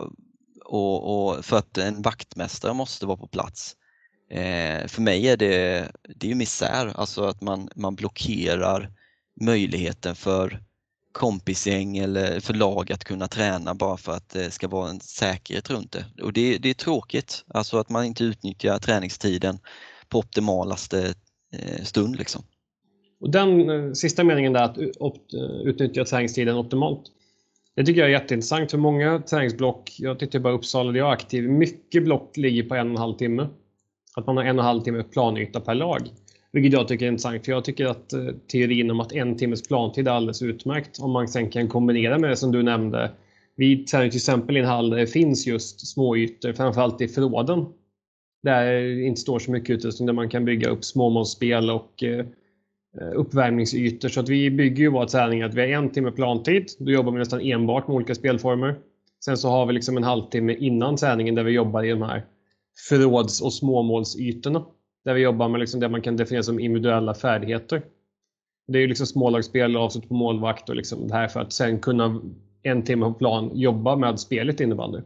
Speaker 2: och för att en vaktmästare måste vara på plats. För mig är det är ju misär, alltså att man blockerar möjligheten för kompisgäng eller för lag att kunna träna bara för att det ska vara en säkerhet runt det. Och det är tråkigt, alltså att man inte utnyttjar träningstiden på optimalaste stund liksom.
Speaker 1: Och den sista meningen där, att utnyttja träningstiden optimalt, det tycker jag är jätteintressant. För många träningsblock, jag tittar bara Uppsala där jag är aktiv, mycket block ligger på 1,5 timme. Att man har 1,5 timme planyta per lag. Vilket jag tycker är intressant, för jag tycker att teorin om att 1 timmes plantid är alldeles utmärkt. Om man sen kan kombinera med det som du nämnde. Vi tränar till exempel i en hall där det finns just små ytor, framförallt i förråden. Där det inte står så mycket utrustning, där man kan bygga upp småmålsspel och uppvärmningsytor. Så att vi bygger ju våra träningar att vi har 1 timme plantid. Då jobbar vi nästan enbart med olika spelformer. Sen så har vi liksom en halvtimme innan träningen där vi jobbar i de här förråds- och småmålsytorna. Där vi jobbar med liksom det man kan definiera som individuella färdigheter. Det är ju liksom smålagsspel och avslut på målvakt och liksom det här för att sen kunna 1 timme på plan jobba med spelet innebandy.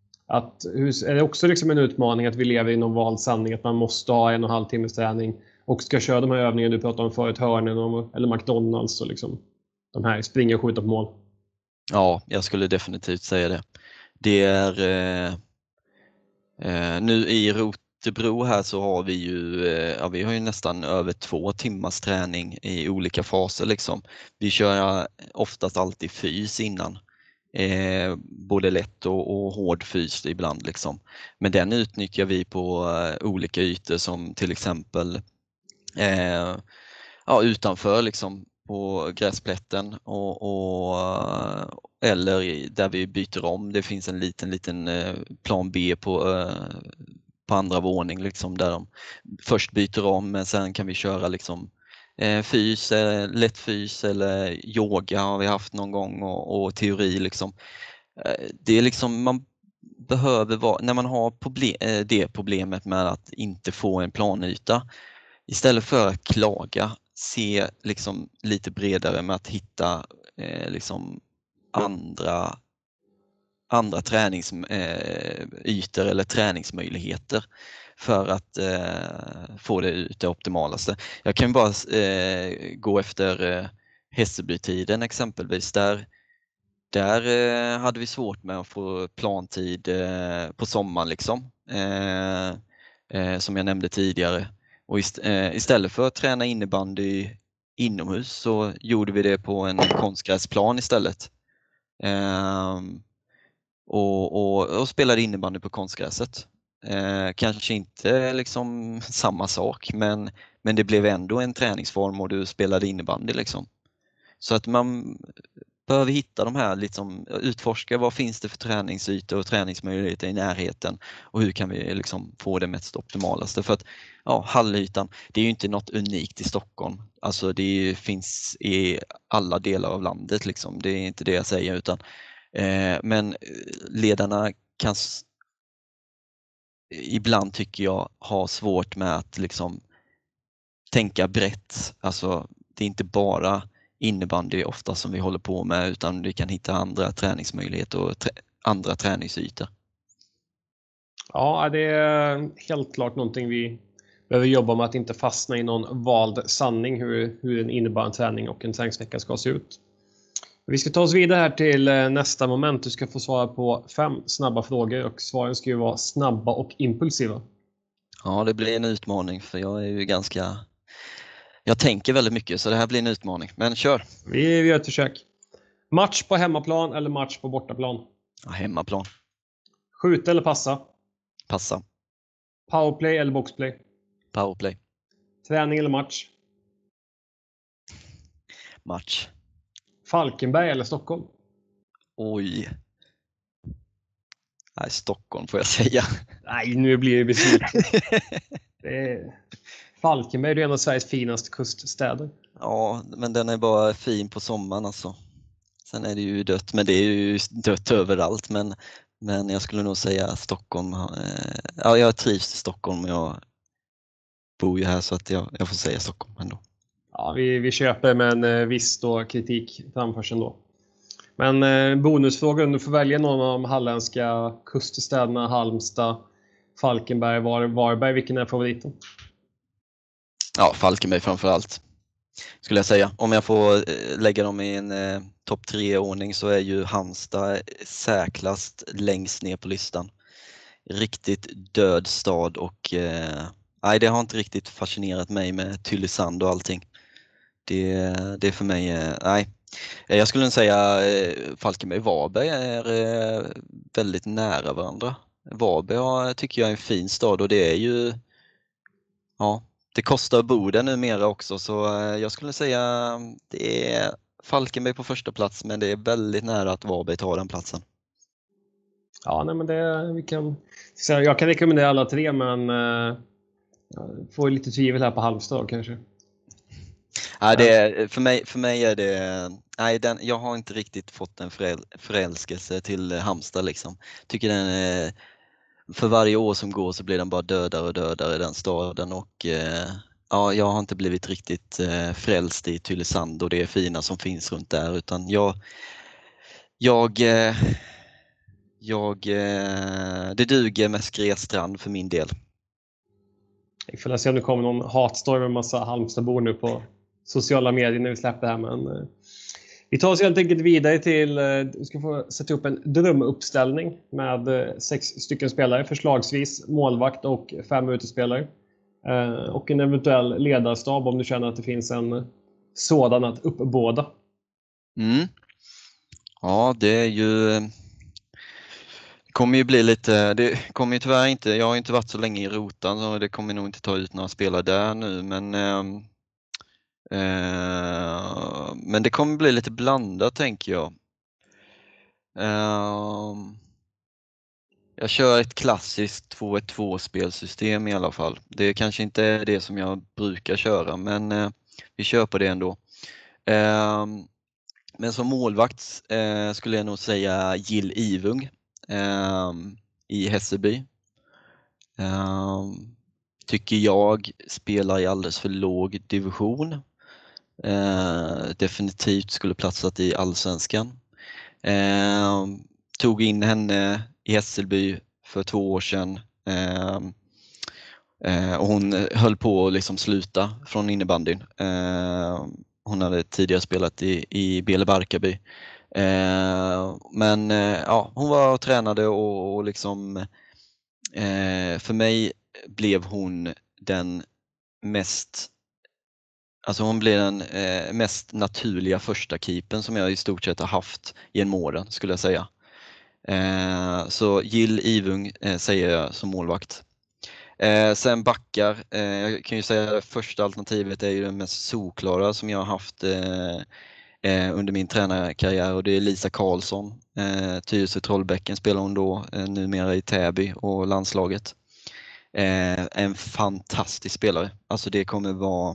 Speaker 1: Är det också liksom en utmaning att vi lever i någon vald sanning att man måste ha 1,5 timmes träning och ska köra de här övningarna du pratade om förut, hörnen eller McDonalds och liksom de här springa och skjuta på mål?
Speaker 2: Ja, jag skulle definitivt säga det. Det är nu i Rotebro här så har vi ju nästan över 2 timmars träning i olika faser liksom. Vi kör oftast alltid fys innan. Både lätt och hård fys ibland liksom. Men den utnyttjar vi på olika ytor som till exempel utanför liksom på gräsplätten eller där vi byter om. Det finns en liten plan B på andra våning liksom, där de först byter om, men sen kan vi köra liksom lätt fys eller yoga har vi haft någon gång och teori liksom. Det är liksom, man behöver vara, när man har det problemet med att inte få en planyta, istället för att klaga, se liksom lite bredare med att hitta liksom andra träningsytor eller träningsmöjligheter för att få det ut det optimalaste. Jag kan bara gå efter Hässelby-tiden exempelvis. Där hade vi svårt med att få plantid på sommaren liksom. Som jag nämnde tidigare. Och istället för att träna innebandy inomhus så gjorde vi det på en konstgräsplan istället. Och spelade innebandy på konstgräset. Kanske inte liksom samma sak, men det blev ändå en träningsform och du spelade innebandy liksom. Så att man behöver hitta de här, liksom, utforska vad finns det för träningsytor och träningsmöjligheter i närheten och hur kan vi liksom få det mest optimalaste. För att hallytan, det är ju inte något unikt i Stockholm. Alltså det finns i alla delar av landet liksom. Det är inte det jag säger, utan men ledarna kan ibland, tycker jag, ha svårt med att liksom tänka brett. Alltså det är inte bara innebandy ofta som vi håller på med, utan vi kan hitta andra träningsmöjligheter och andra träningsytor.
Speaker 1: Ja, det är helt klart någonting vi behöver jobba med, att inte fastna i någon vald sanning hur en innebandyträning och en träningsvecka ska se ut. Vi ska ta oss vidare här till nästa moment. Du ska få svara på 5 snabba frågor och svaren ska ju vara snabba och impulsiva.
Speaker 2: Ja, det blir en utmaning för jag är ju jag tänker väldigt mycket, så det här blir en utmaning. Men kör!
Speaker 1: Vi gör ett försök. Match på hemmaplan eller match på bortaplan?
Speaker 2: Ja, hemmaplan.
Speaker 1: Skjuta eller passa?
Speaker 2: Passa.
Speaker 1: Powerplay eller boxplay?
Speaker 2: Powerplay.
Speaker 1: Träning eller match?
Speaker 2: Match.
Speaker 1: Falkenberg eller Stockholm?
Speaker 2: Oj. Nej, Stockholm får jag säga.
Speaker 1: Nej, nu blir det besviken. Falkenberg är en av Sveriges finaste kuststäder.
Speaker 2: Ja, men den är bara fin på sommaren alltså. Sen är det ju dött, men det är ju dött överallt. Men jag skulle nog säga Stockholm. Ja, jag trivs i Stockholm. Jag bor ju här, så att jag får säga Stockholm ändå.
Speaker 1: Ja, vi köper med en viss då kritik framförs ändå. Men bonusfrågan, du får välja någon av de halländska kuststäderna, Halmstad, Falkenberg, Varberg. Vilken är favoriten?
Speaker 2: Ja, Falkenberg framförallt, skulle jag säga. Om jag får lägga dem i en topp 3-ordning så är ju Halmstad säklast längst ner på listan. Riktigt död stad och nej, det har inte riktigt fascinerat mig med Tylösand och allting. Det är för mig, nej. Jag skulle säga Falkenberg och Varberg är väldigt nära varandra. Varberg tycker jag är en fin stad och det är ju, ja, det kostar att bo där numera också, så jag skulle säga det är Falkenberg på första plats, men det är väldigt nära att Varberg tar den platsen.
Speaker 1: Ja, nej, men jag kan rekommendera alla 3, men jag får lite tvivel här på Halmstad kanske.
Speaker 2: Nej, för mig är det, nej, jag har inte riktigt fått en förälskelse till Halmstad liksom. Tycker den för varje år som går så blir den bara dödare och dödare, den staden, och ja, jag har inte blivit riktigt frälst i Tylösand och det fina som finns runt där, utan det duger med Skrestrand för min del.
Speaker 1: Vi får se om det kommer någon hatstorm med massa Halmstadbor nu på sociala medier när vi släpper det här, men vi tar oss helt enkelt vidare till, du ska få sätta upp en drömuppställning med 6 stycken spelare, förslagsvis målvakt och 5 utespelare. Och en eventuell ledarstab om du känner att det finns en sådan att uppbåda.
Speaker 2: Ja, det är ju, kommer ju bli lite, det kommer ju tyvärr inte, jag har inte varit så länge i Rotan så det kommer nog inte ta ut några spelare där nu, men det kommer bli lite blandat, tänker jag. Jag kör ett klassiskt 2-1-2 spelsystem i alla fall. Det kanske inte är det som jag brukar köra, men vi kör på det ändå. Men som målvakt skulle jag nog säga Jill Ivung i Hässelby. Tycker jag spelar i alldeles för låg division. Definitivt skulle platsat i Allsvenskan. Tog in henne i Hässelby för 2 år sedan. Och hon höll på att liksom sluta från innebandyn. hon hade tidigare spelat i Bele Barkarby. Men ja, hon var och tränade och liksom för mig blev hon den mest, alltså hon blev den mest naturliga första keepern som jag i stort sett har haft genom åren, skulle jag säga. Så Jill Ivung säger jag som målvakt. Sen backar, jag kan ju säga att första alternativet är ju det mest solklara som jag har haft under min tränarkarriär, och det är Lisa Karlsson. Tyresö Trollbäcken spelar hon då, numera i Täby och landslaget. En fantastisk spelare. Alltså det kommer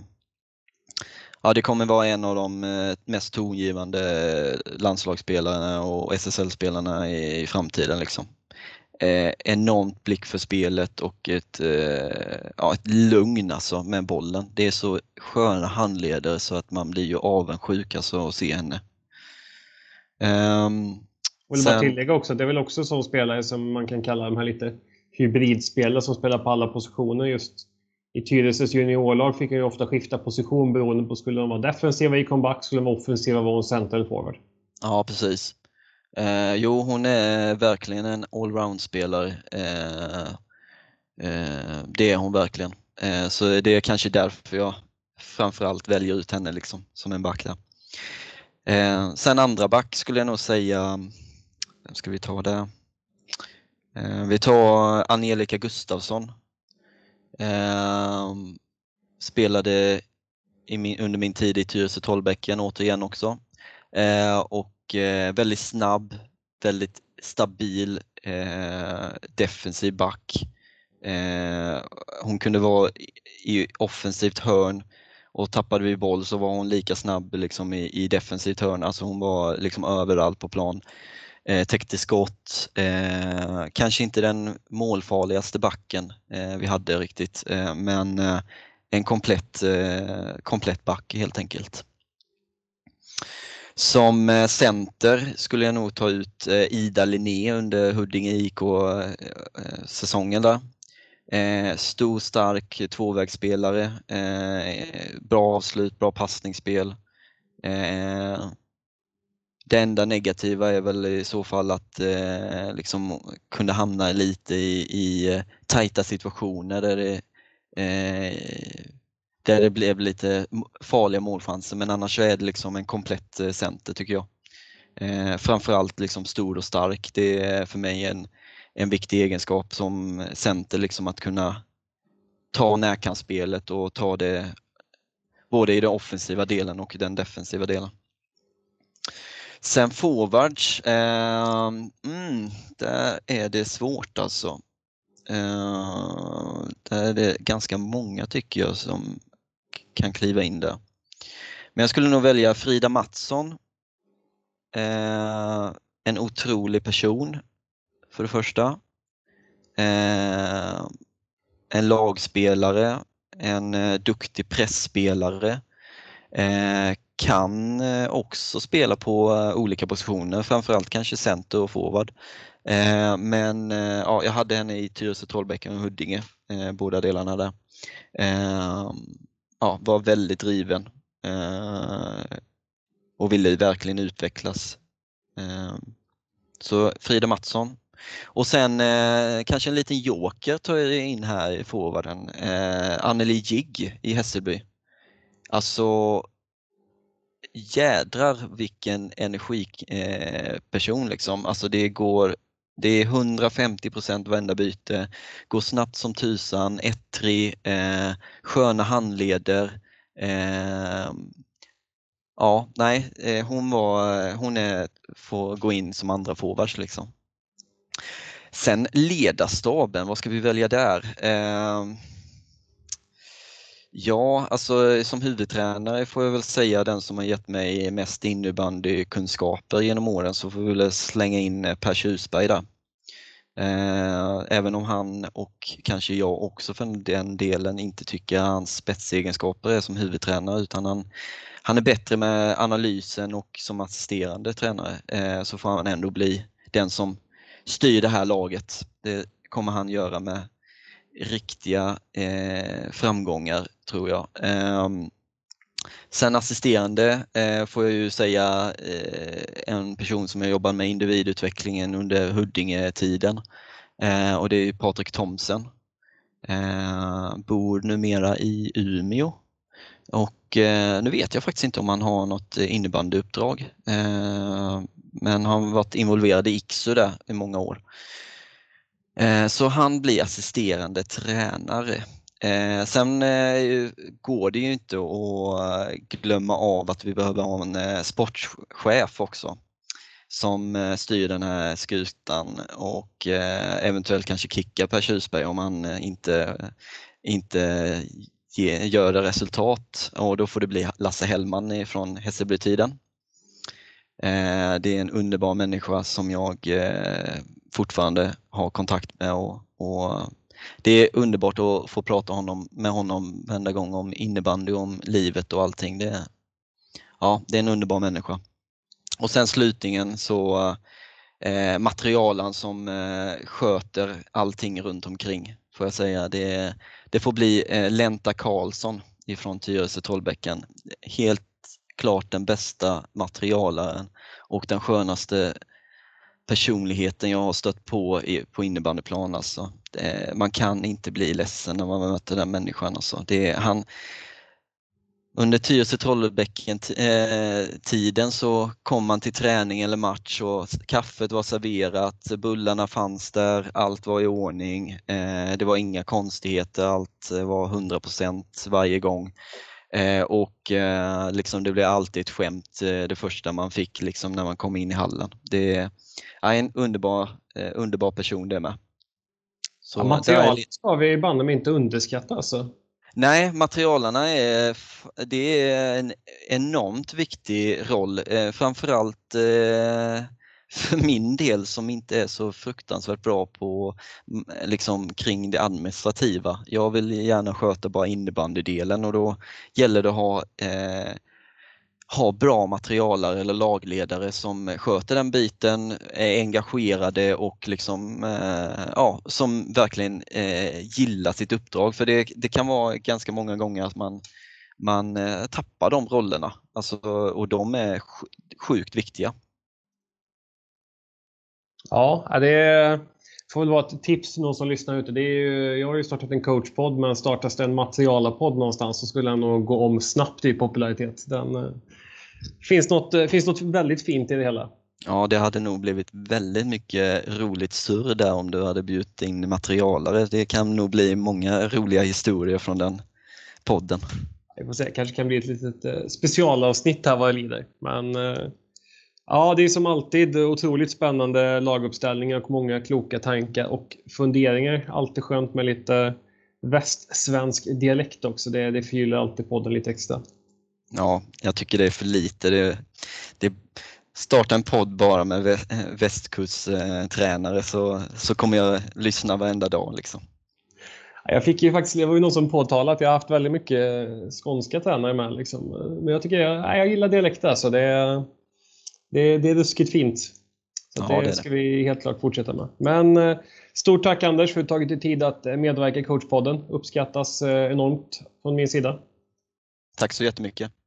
Speaker 2: vara en av de mest tongivande landslagsspelarna och SSL-spelarna i framtiden liksom. Enormt blick för spelet och ett lugn alltså med bollen. Det är så sköna handleder så att man blir ju avundsjuk alltså att se henne.
Speaker 1: Och bara tillägga också, det är väl också sån spelare som man kan kalla de här lite hybridspelare som spelar på alla positioner. Just i Tyresös juniorlag fick han ju ofta skifta position beroende på, skulle de vara defensiva i comeback, skulle de vara offensiva, var hon center eller forward.
Speaker 2: Ja, precis. Jo, hon är verkligen en allround-spelare. Det är hon verkligen. Så det är kanske därför jag framförallt väljer ut henne liksom, som en back där. Sen andra back skulle jag nog säga, vem ska vi ta där? Vi tar Angelica Gustafsson. Spelade under min tid i Tyresö Trollbäcken återigen också. Och väldigt snabb, väldigt stabil defensiv back. Hon kunde vara i offensivt hörn, och tappade vi boll så var hon lika snabb liksom i defensivt hörn. Alltså hon var liksom överallt på plan. Täckte skott. Kanske inte den målfarligaste backen vi hade riktigt, men en komplett back helt enkelt. Som center skulle jag nog ta ut Ida Linné under Huddinge IK-säsongen där. Stor, stark tvåvägsspelare, bra avslut, bra passningsspel. Det enda negativa är väl i så fall att liksom kunde hamna lite i tajta situationer där det blev lite farliga målchanser, men annars är det liksom en komplett center tycker jag. Framförallt liksom stor och stark. Det är för mig en viktig egenskap som center, liksom att kunna ta närkampsspelet och ta det både i den offensiva delen och i den defensiva delen. Sen forwards, där är det svårt alltså. Där är det ganska många tycker jag som kan kliva in där. Men jag skulle nog välja Frida Mattsson. En otrolig person för det första. En lagspelare, en duktig pressspelare. Kan också spela på olika positioner, framförallt kanske center och forward. Men jag hade henne i Tyresö Trollbäcken och Huddinge, båda delarna där. Var väldigt driven och ville verkligen utvecklas. Så Frida Mattsson. Och sen kanske en liten joker tar jag in här i forwarden. Anneli Jigg i Hässelby. Alltså jädrar vilken energiperson liksom. Alltså det är 150% varenda byte, går snabbt som tusan, 1-3, sköna handleder. Hon får gå in som andra forwards liksom. Sen ledarstaben, vad ska vi välja där? Alltså som huvudtränare får jag väl säga den som har gett mig mest innebandykunskaper genom åren, så får vi väl slänga in Per Tjusberg där. Även om han och kanske jag också för den delen inte tycker hans spetsegenskaper är som huvudtränare, utan han är bättre med analysen och som assisterande tränare, så får han ändå bli den som styr det här laget. Det kommer han göra med riktiga framgångar tror jag. Sen assisterande får jag ju säga en person som jag jobbar med individutvecklingen under Huddinge-tiden. Och det är Patrik Thomsen. Bor numera i Umeå. Och nu vet jag faktiskt inte om han har något innebandyuppdrag. Men han har varit involverad i IKSU där i många år. Så han blir assisterande tränare. Sen går det ju inte att glömma av att vi behöver ha en sportchef också som styr den här skutan och eventuellt kanske kicka Per Tjusberg om han inte gör det resultat, och då får det bli Lasse Hellman från Hässelby-tiden. Det är en underbar människa som jag fortfarande har kontakt med och det är underbart att få prata med honom varenda gång om innebandy, om livet och allting. Det är en underbar människa. Och sen slutligen så materialen som sköter allting runt omkring, får jag säga. Det får bli Lenta Karlsson ifrån Tyresö Trollbäcken. Helt klart den bästa materialaren och den skönaste personligheten jag har stött på innebandyplan. Alltså. Man kan inte bli ledsen när man möter den människan. Alltså. Under Tyresö Trollbäcken tiden så kom man till träning eller match och kaffet var serverat, bullarna fanns där, allt var i ordning. Det var inga konstigheter, allt var 100% varje gång. Och liksom det blev alltid ett skämt det första man fick liksom när man kom in i hallen. Det är en underbar person det med.
Speaker 1: Så material ska vi ibland inte underskatta alltså.
Speaker 2: Nej, materialarna det är en enormt viktig roll. Framförallt för min del som inte är så fruktansvärt bra på liksom kring det administrativa. Jag vill gärna sköta bara innebandydelen och då gäller det att ha bra materialare eller lagledare som sköter den biten, är engagerade och liksom, som verkligen gillar sitt uppdrag. För det kan vara ganska många gånger att man tappar de rollerna. Alltså, och de är sjukt viktiga.
Speaker 1: Ja, det får väl vara ett tips till någon som lyssnar ute. Jag har ju startat en coachpodd, men startas det en materialapodd någonstans så skulle den nog gå om snabbt i popularitet. Finns något väldigt fint i det hela.
Speaker 2: Ja, det hade nog blivit väldigt mycket roligt surr där om du hade bjudit in materialare. Det kan nog bli många roliga historier från den podden.
Speaker 1: Jag får se, kanske kan bli ett litet specialavsnitt här vad jag lider. Men ja, det är som alltid otroligt spännande laguppställningar och många kloka tankar och funderingar. Alltid skönt med lite västsvensk dialekt också. Det förgyller alltid podden lite extra.
Speaker 2: Ja, jag tycker det är för lite. Det starta en podd bara med västkusttränare så kommer jag lyssna varenda dag liksom.
Speaker 1: Det var ju någon som påtalade att jag har haft väldigt mycket skånska tränare med liksom. Men jag tycker jag gillar dialekter så det är ruskigt fint. Så ja, det ska vi helt klart fortsätta med. Men stort tack Anders för att du tagit dig tid att medverka i coachpodden. Uppskattas enormt från min sida.
Speaker 2: Tack så jättemycket.